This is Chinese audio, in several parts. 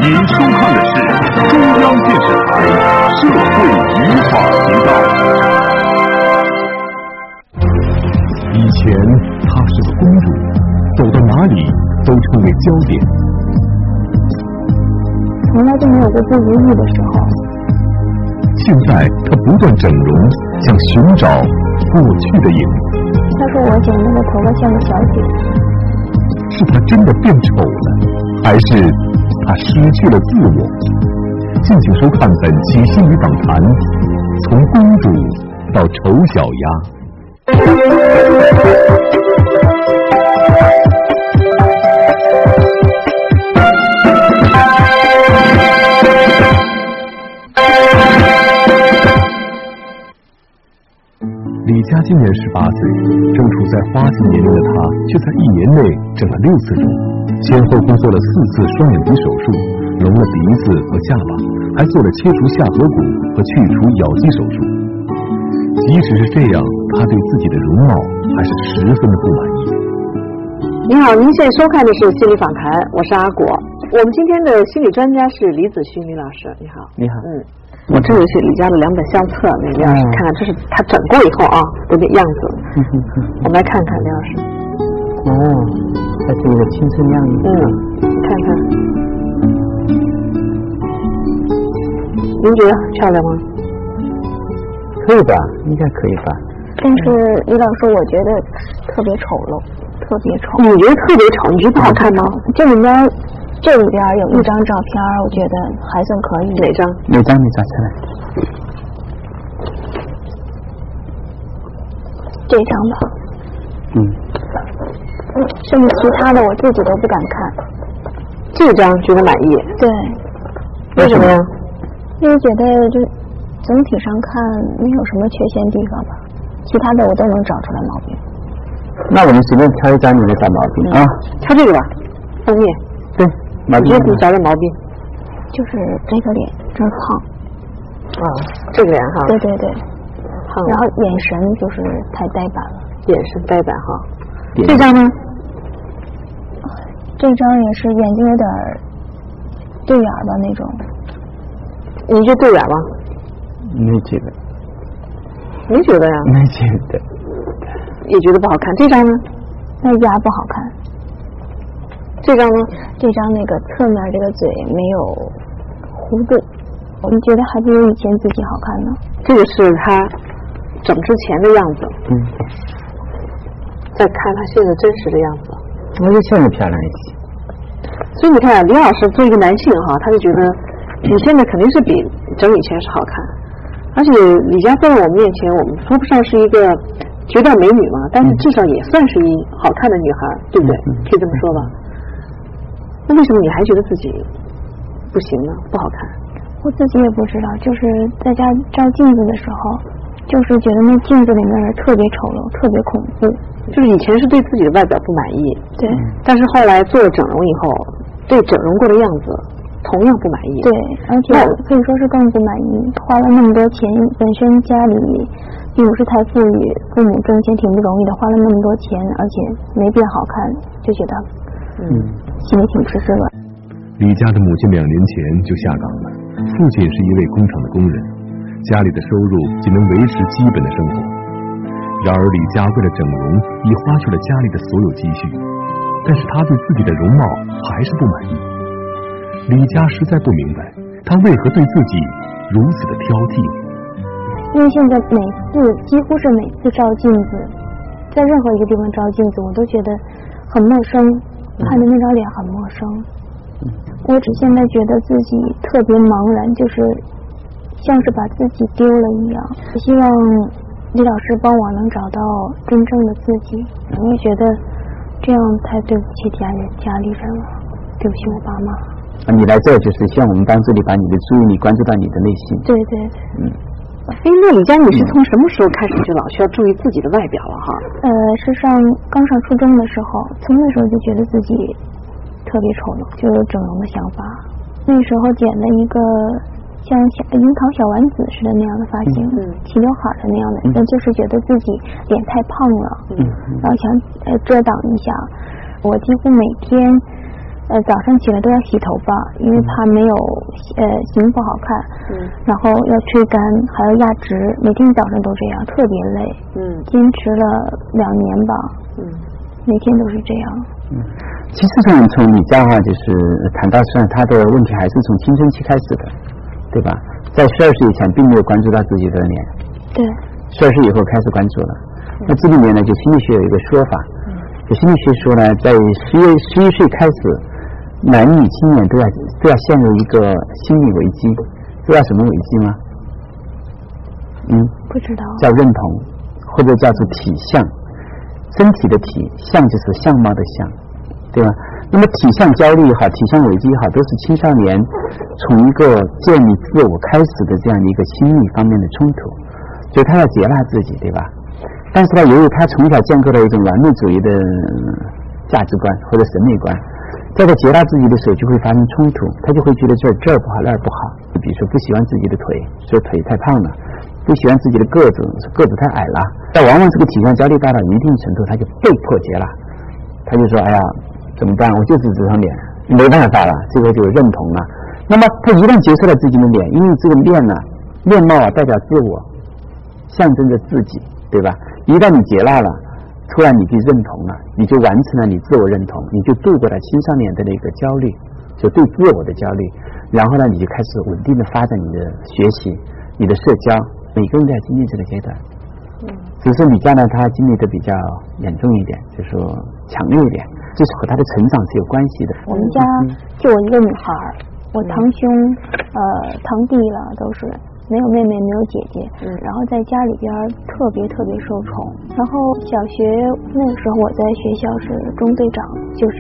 您收看的是中央电视台社会与法频道。以前她是个公主，走到哪里都成为焦点。 从来就没有过不如意的时候。 现在她不断整容，想寻找过去的影子。 他说我剪那个头发像个小姐。 是她真的变丑了，还是她失去了自我？敬请收看本期心理访谈，从公主到丑小鸭。李佳今年18岁，正处在花季年龄的她，却在1年内整了6次容，先后共做了4次双眼皮手术，隆了鼻子和下巴，还做了切除下颌骨和去除咬肌手术。即使是这样，她对自己的容貌还是十分的不满意。 你好，您现在收看的是心理访谈，我是阿果。我们今天的心理专家是李子勋李老师，你好。 你好。 我这里是李家的2本相册，那李老师看看，这是他整过以后啊的那样子。我们来看看李老师。 还是一个青春样子。 你看看，您觉得漂亮吗？ 可以吧，应该可以吧。 但是李老师，我觉得特别丑陋，特别丑。 你觉得特别丑？你觉得不好看吗？ 这里边有一张照片，我觉得还算可以。 哪张？ 哪张？你找出来。 这张吧。甚至其他的我自己都不敢看。 这张觉得满意？ 对。 为什么呀？ 因为觉得就总体上看没有什么缺陷地方吧，其他的我都能找出来毛病。 那我们随便挑一张你的找毛病啊。 挑这个吧，封面。 对。 你觉得你找点毛病？ 就是这个脸真胖。 这个脸哈。 对。 胖。 然后眼神就是太呆板了。 眼神呆板哈。这张呢？ 这张也是眼睛有点对眼吧那种。 你觉得对眼吗？ 没觉得。 没觉得呀？ 没觉得。 也觉得不好看。这张呢？ 那牙不好看。 这张呢？ 这张那个侧面这个嘴没有弧度，我们觉得还不如以前自己好看呢。 这个是他整之前的样子。再看他现在真实的样子。 我觉得现在漂亮一些。 所以你看，李老师作为一个男性哈，他就觉得你现在肯定是比整以前是好看，而且李佳在我们面前，我们说不上是一个绝代美女嘛，但是至少也算是一好看的女孩，对不对？可以这么说吧。那为什么你还觉得自己不行呢？不好看？ 我自己也不知道，就是在家照镜子的时候，就是觉得那镜子里面特别丑陋，特别恐怖。 就是以前是对自己的外表不满意， 对， 但是后来做了整容以后，对整容过的样子同样不满意。 对，而且可以说是更不满意，花了那么多钱，本身家里并不是太富裕，父母挣钱挺不容易的，花了那么多钱，而且没变好看，就觉得心里挺吃滋味。 李家的母亲2年前就下岗了，父亲是一位工厂的工人，家里的收入仅能维持基本的生活。然而李家为了整容已花去了家里的所有积蓄，但是他对自己的容貌还是不满意。李家实在不明白他为何对自己如此的挑剔。 因为现在几乎是每次照镜子，在任何一个地方照镜子，我都觉得很陌生，看着那张脸很陌生。我只现在觉得自己特别茫然，就是像是把自己丢了一样。希望李老师帮我能找到真正的自己，我也觉得这样太对不起家里人了，对不起我爸妈。 你来这就是希望我们帮助你把你的注意力关注到你的内心。 对。 那李佳，你是从什么时候开始就老需要注意自己的外表了哈？ 是刚上初中的时候，从那时候就觉得自己特别丑陋，就有整容的想法。那时候剪了一个像樱桃小丸子似的那样的发型，齐刘海的那样的，但就是觉得自己脸太胖了，然后想遮挡一下。我几乎每天早上起来都要洗头发，因为怕没有型不好看。然后要吹干，还要压直，每天早上都这样，特别累。坚持了2年吧。每天都是这样。 其实从李家就是谈到说他的问题还是从青春期开始的，对吧？在12岁以前并没有关注到自己的脸， 对 ，12岁以后开始关注了。那这里面呢，就心理学有一个说法，就心理学说呢，在11岁开始，男女青年都要陷入一个心理危机，知道什么危机吗？ 不知道。 叫认同，或者叫做体相。身体的体，相就是相貌的相，对吧？那么体相焦虑也好，体相危机也好，都是青少年从一个建立自我开始的这样的一个心理方面的冲突，所以他要接纳自己，对吧？但是呢，由于他从小建构了一种完美主义的价值观或者审美观，在他接纳自己的时候就会发生冲突，他就会觉得这儿不好那儿不好，比如说不喜欢自己的腿，说腿太胖了，不喜欢自己的个子太矮了，但往往这个体相焦虑达到一定程度，他就被迫接纳，他就说哎呀怎么办，我就是这张脸，没办法了，这个就认同了。那么他一旦接受了自己的脸，因为这个面貌代表自我，象征着自己，对吧？一旦你接纳了，突然你就认同了，你就完成了你自我认同，你就度过了青少年的那个焦虑，就对自我的焦虑，然后呢你就开始稳定的发展你的学习，你的社交，每个人都要经历这个阶段。只是李家呢，他经历的比较严重一点，就是说强烈一点，这是和他的成长是有关系的。 我们家就我一个女孩，我堂兄堂弟了都是，没有妹妹没有姐姐，然后在家里边特别受宠。然后小学那个时候我在学校是中队长，就是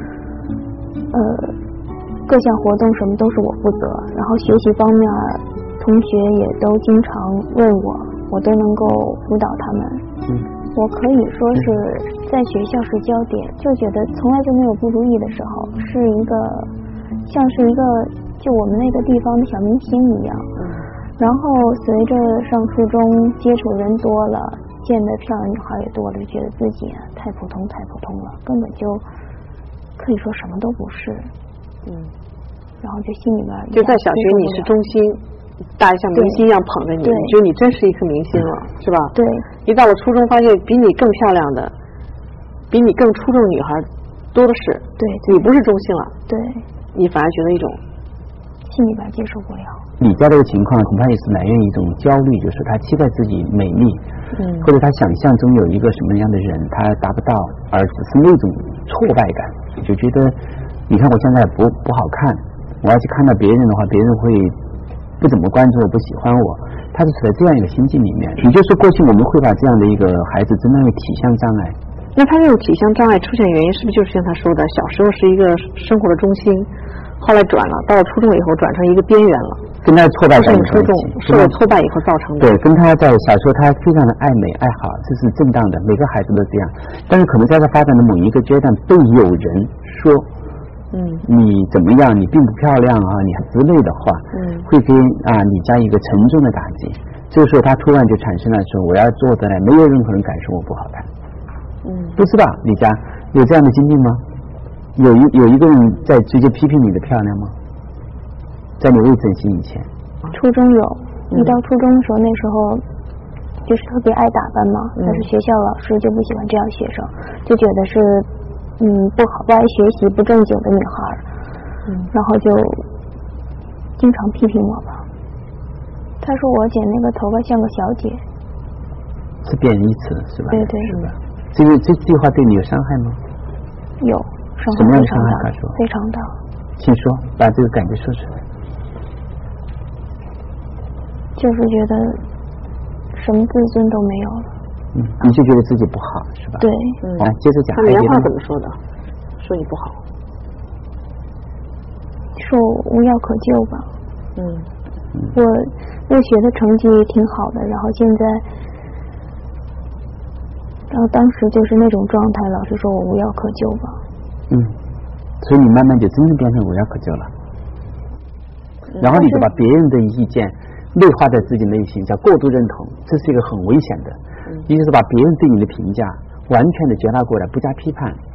各项活动什么都是我负责，然后学习方面同学也都经常问我都能够辅导他们。我可以说是在学校是焦点，就觉得从来就没有不如意的时候，是一个像是一个就我们那个地方的小明星一样。然后随着上初中接触人多了，见的漂亮女孩也多了，就觉得自己太普通了，根本就可以说什么都不是。然后就心里边就在小学你是中心，大家像明星一样捧着你，你觉得你真是一颗明星了，是吧？ 对。 一到了初中，发现比你更漂亮的，比你更出众的女孩多的是。 对， 你不是中心了。 对。 你反而觉得一种心里边接受不了。 李家这个情况恐怕也是来源于一种焦虑，就是他期待自己美丽，或者他想象中有一个什么样的人他达不到，而只是那种挫败感，就觉得你看我现在不好看，我要去看到别人的话，别人会不怎么关注我，不喜欢我，他是处在这样一个心境里面。也就是过去我们会把这样的一个孩子诊断为体相障碍。 那他这种体相障碍出现原因是不是就是像他说的，小时候是一个生活的中心，后来转了，到了初中以后转成一个边缘了， 跟他挫败感有关系， 受了挫败以后造成的。 对，跟他在小时候他非常的爱美爱好，这是正当的，每个孩子都这样。但是可能在他发展的某一个阶段，被有人说你怎么样，你并不漂亮啊，你之类的话，会给你加一个沉重的打击。这个时候他突然就产生了说，我要做的呢，没有任何人敢说我不好看。不知道李佳有这样的经历吗？有一个人在直接批评你的漂亮吗？在你未整形以前？ 初中有，一到初中的时候，那时候就是特别爱打扮嘛，但是学校老师就不喜欢这样学生，就觉得是不好，不爱学习，不正经的女孩，然后就经常批评我吧。他说我剪那个头发像个小姐， 是贬义词是吧？ 对， 是吧？这句话对你有伤害吗？ 有，伤害非常大，非常大。 请说，把这个感觉说出来。 就是觉得什么自尊都没有了。 你就觉得自己不好是吧？ 对。 接着讲。 他原话怎么说的？说你不好。 说我无药可救吧。我入学的成绩挺好的，然后现在，然后当时就是那种状态，老师说我无药可救吧。 所以你慢慢就真正变成无药可救了。然后你就把别人的意见内化在自己内心，叫过度认同，这是一个很危险的。也就是把别人对你的评价完全的接纳过来，不加批判，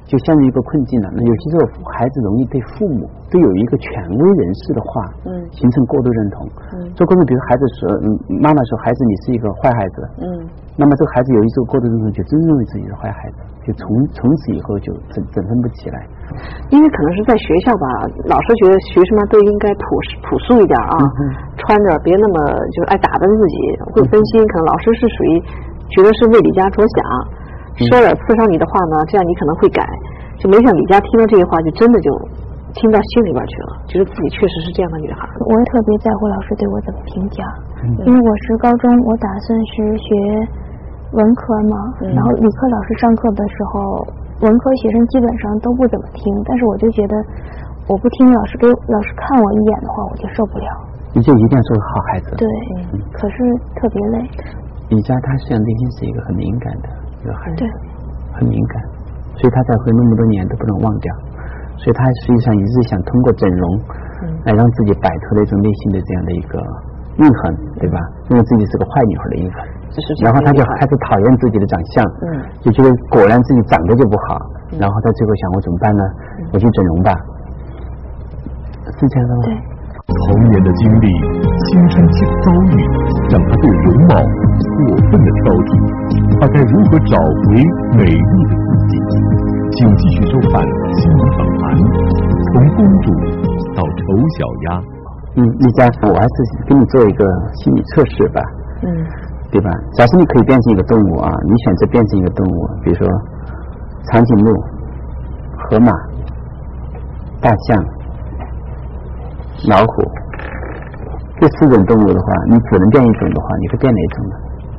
就陷入一个困境了。那有些时候孩子容易对父母对有一个权威人士的话形成过度认同。做过度，比如孩子说妈妈说孩子你是一个坏孩子，那么这个孩子有一种过度认同，就真认为自己是坏孩子，就从此以后就整分不起来。 因为可能是在学校吧，老师觉得学生们都应该朴素一点啊，穿着别那么就是爱打扮自己，会分心。可能老师是属于觉得是为李佳着想，说点刺伤你的话呢，这样你可能会改。就没想李佳听到这些话，就真的就听到心里边去了，觉得自己确实是这样的女孩。 我也特别在乎老师对我怎么评价，因为我是高中，我打算是学文科嘛，然后理科老师上课的时候，文科学生基本上都不怎么听，但是我就觉得我不听老师看我一眼的话，我就受不了。 你就一定要做个好孩子。 对，可是特别累。 李佳她实际上内心是一个很敏感的一个孩子， 对， 很敏感，所以她才会那么多年都不能忘掉。所以她实际上一直想通过整容来让自己摆脱那种内心的这样的一个印痕，对吧？认为自己是个坏女孩的印痕。然后他就开始讨厌自己的长相，就觉得果然自己长得就不好，然后他最后想我怎么办呢？我去整容吧，是这样的吗？ 对。 童年的经历、青春期的遭遇，让他对容貌过分的挑剔。他该如何找回美丽的自己？请继续收看《新闻访谈》，从公主到丑小鸭。 李佳，我还是给你做一个心理测试吧。对吧？假设你可以变成一个动物啊，你选择变成一个动物，比如说长颈鹿、河马、大象、老虎，这4种动物的话，你只能变一种的话，你会变哪种呢？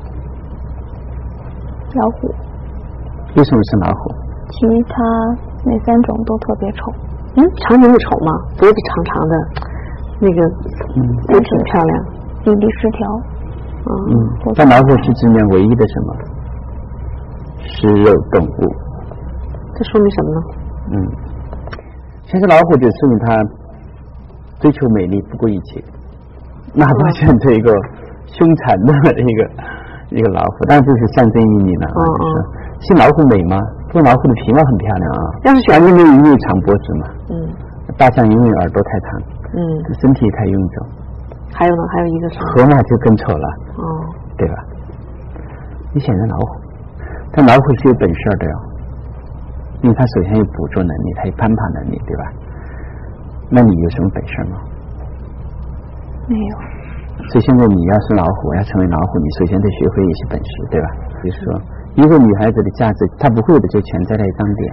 老虎。 为什么是老虎？ 其他那3种都特别丑。 长颈鹿丑吗？脖子长长的，那个也挺漂亮， 比例失调。 但老虎是里面唯一的什么食肉动物？ 这说明什么呢？ 其实老虎就说明他追求美丽不顾一切，哪怕选择一个凶残的一个老虎，但这是象征意义呢。是老虎美吗？这老虎的皮毛很漂亮啊， 要是选因为长脖子嘛。大象因为耳朵太长，身体太臃肿。 还有呢？还有一个是河马就更丑了，对吧？你选择老虎，但老虎是有本事的哟，因为它首先有捕捉能力，它有攀爬能力，对吧？那你有什么本事吗？ 没有。 所以现在你要是老虎，要成为老虎，你首先得学会一些本事，对吧？比如说，一个女孩子的价值，她不会有的就全在那一张脸。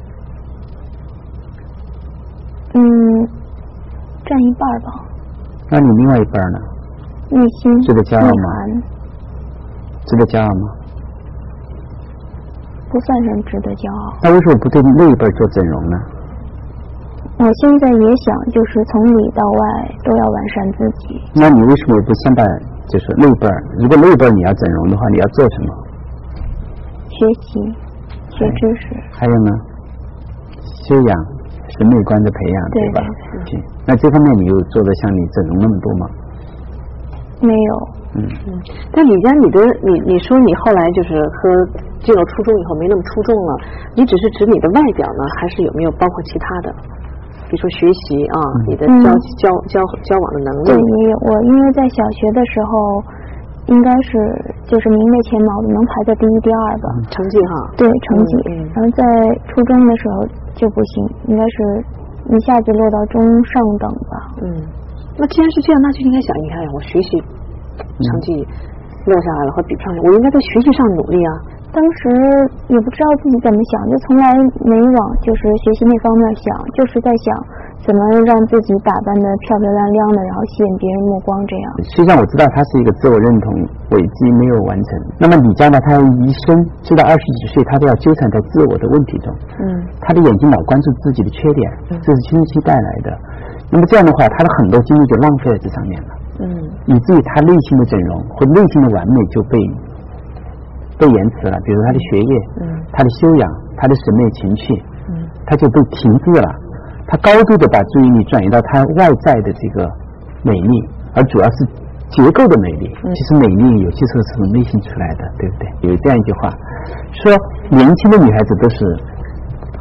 占一半吧。 那你另外一半呢？ 内心值得骄傲吗？值得骄傲吗？ 不算是值得骄傲。 那为什么不对那一半做整容呢？ 我现在也想，就是从里到外都要完善自己。 那你为什么不先把就是那一半？如果那一半你要整容的话，你要做什么？ 学习，学知识。 还有呢？修养、审美观的培养，对吧？那这方面你有做的像你整容那么多吗？ 没有。 但李佳，你说你后来就是进了初中以后没那么出众了，你只是指你的外表呢，还是有没有包括其他的？比如说学习啊，你的交往的能力。 对，也有。我因为在小学的时候，应该是就是名列前茅的，能排在第1、第2吧。 成绩哈。对， 成绩。然后在初中的时候就不行，应该是一下子落到中上等吧。 那既然是这样，那就应该想，你看我学习成绩落下来了，和比不上去，我应该在学习上努力啊。 当时也不知道自己怎么想，就从来没往就是学习那方面想，就是在想怎么让自己打扮得漂漂亮亮的，然后吸引别人目光这样。 实际上我知道他是一个自我认同危机没有完成。那么李佳呢，他一生直到20几岁，他都要纠缠在自我的问题中。他的眼睛老关注自己的缺点，这是青春期带来的。那么这样的话，他的很多精力就浪费在这上面了。以至于他内心的整容或内心的完美就被延迟了，比如他的学业，他的修养，他的审美情趣，他就被停滞了。他高度的把注意力转移到他外在的这个美丽，而主要是结构的美丽。其实美丽有些时候是从内心出来的，对不对？有这样一句话说，年轻的女孩子都是好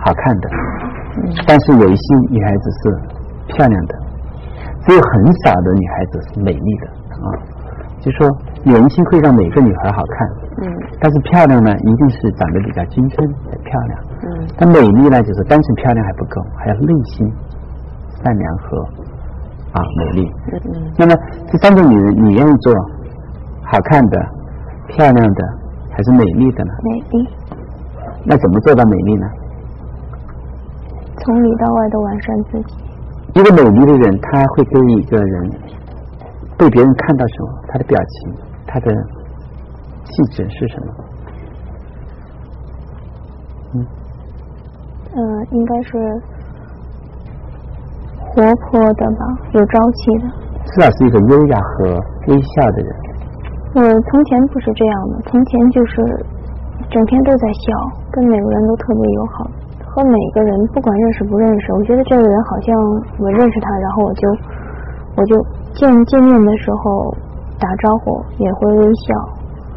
好看的，但是有一些女孩子是漂亮的，只有很少的女孩子是美丽的啊。就说年轻会让每个女孩好看，但是漂亮呢，一定是长得比较精神才漂亮，但美丽呢，就是单纯漂亮还不够，还要内心善良和美丽。那么这三种女人，你愿意做好看的、漂亮的，还是美丽的呢？ 美丽。 那怎么做到美丽呢？ 从里到外都完善自己。 一个美丽的人，他会给一个人被别人看到时候，他的表情、他的气质是什么？ 应该是活泼的吧，有朝气的。 至少是一个优雅和微笑的人。 从前不是这样的，从前就是整天都在笑，跟每个人都特别友好，和每个人不管认识不认识，我觉得这个人好像我认识他，然后我就见面的时候打招呼也会微笑，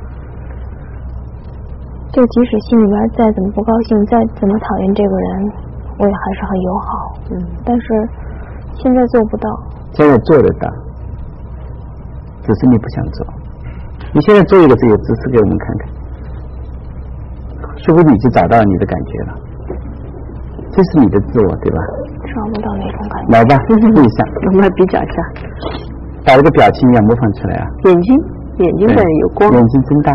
就即使心里边再怎么不高兴，再怎么讨厌这个人，我也还是很友好。但是现在做不到。 现在做得到，只是你不想做。你现在做一个这个姿势给我们看看，说不定你就找到你的感觉了。这是你的自我，对吧？ 找不到那种感觉。 来吧，试一下。 我们来比较一下。 把这个表情要模仿出来啊！ 眼睛在有光， 眼睛睁大，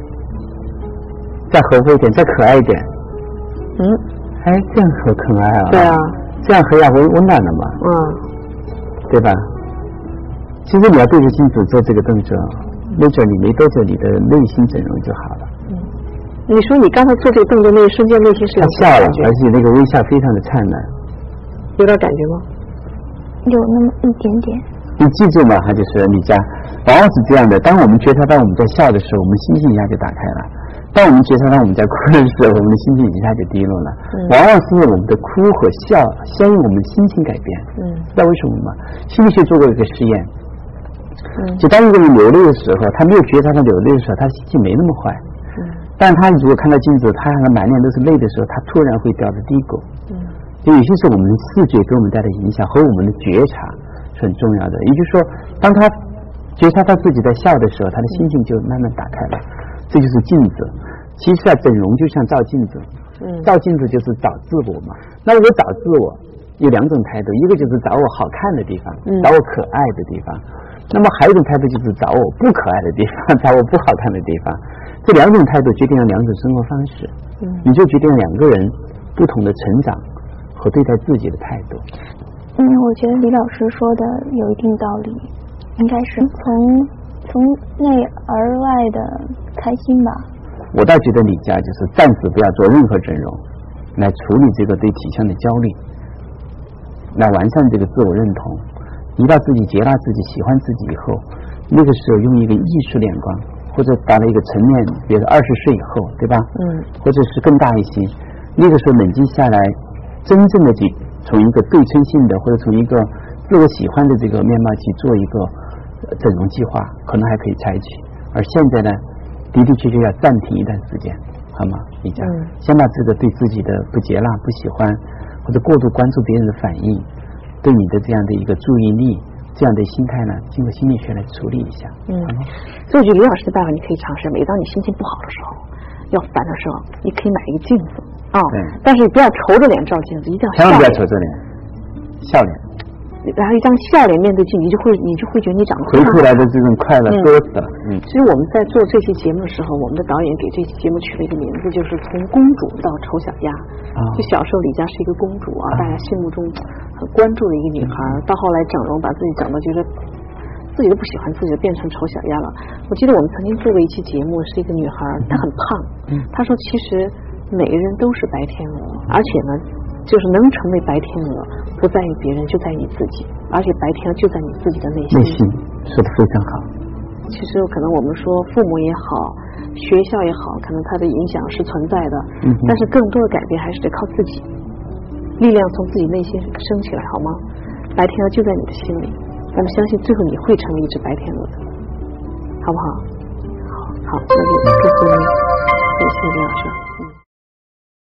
再活泼一点，再可爱一点。这样很可爱啊！ 对啊， 这样很温暖了嘛。对吧？其实你要对着镜子做这个动作，没准你没多久你的内心整容就好了。 你说你刚才做这个动作那一瞬间内心是他笑了，而且那个微笑非常的灿烂。 有点感觉吗？ 有那么一点点。 你记住嘛，他就是你家往往是这样的，当我们觉察到我们在笑的时候，我们心情一下就打开了；当我们觉察到我们在哭的时候，我们的心情一下就低落了。往往是我们的哭和笑先于我们的心情改变。知道为什么吗？心理学做过一个实验，就当一个人流泪的时候，他没有觉察到流泪的时候，他心情没那么坏。但他如果看到镜子，他满脸都是泪的时候，他突然会掉到低谷。就有些时候我们的视觉给我们带来影响和我们的觉察是很重要的。也就是说，当他觉察到自己在笑的时候，他的心情就慢慢打开了。这就是镜子。其实整容就像照镜子，照镜子就是找自我嘛。那我找自我有两种态度，一个就是找我好看的地方，找我可爱的地方。那么还有一种态度就是找我不可爱的地方，找我不好看的地方。这两种态度决定了两种生活方式，你就决定了两个人不同的成长和对待自己的态度。 我觉得李老师说的有一定道理，应该是从内而外的开心吧。 我倒觉得李家就是暂时不要做任何整容，来处理这个对体相的焦虑，来完善这个自我认同。一到自己接纳自己、喜欢自己以后，那个时候用一个艺术眼光，或者达到一个层面，比如说20岁以后，对吧？或者是更大一些，那个时候冷静下来，真正的去从一个对称性的，或者从一个自我喜欢的这个面貌去做一个整容计划，可能还可以采取。而现在呢，的的确确要暂停一段时间，好吗？李佳，先把这个对自己的不接纳、不喜欢，或者过度关注别人的反应，对你的这样的一个注意力，这样的心态呢，经过心理学来处理一下。 所以我觉得李老师的办法你可以尝试，每当你心情不好的时候，要烦的时候，你可以买一个镜子但是不要愁着脸照镜子，一定要千万不要愁着脸，笑脸。 然后一张笑脸面对镜，你就会觉得你长得回出来的这种快乐多的。 其实我们在做这期节目的时候，我们的导演给这期节目取了一个名字，就是从公主到丑小鸭。就小时候李佳是一个公主大家心目中很关注的一个女孩，到后来整容把自己整的觉得自己都不喜欢自己，变成丑小鸭了。我记得我们曾经做过一期节目，是一个女孩，她很胖，她说其实每个人都是白天鹅，而且呢就是能成为白天鹅不在于别人，就在于你自己，而且白天鹅就在你自己的内心。 说得非常好。 其实可能我们说父母也好，学校也好，可能它的影响是存在的，但是更多的改变还是得靠自己，力量从自己内心升起来，好吗？白天鹅就在你的心里，我们相信最后你会成为一只白天鹅的，好不好？好，那就祝福你，谢谢李老师。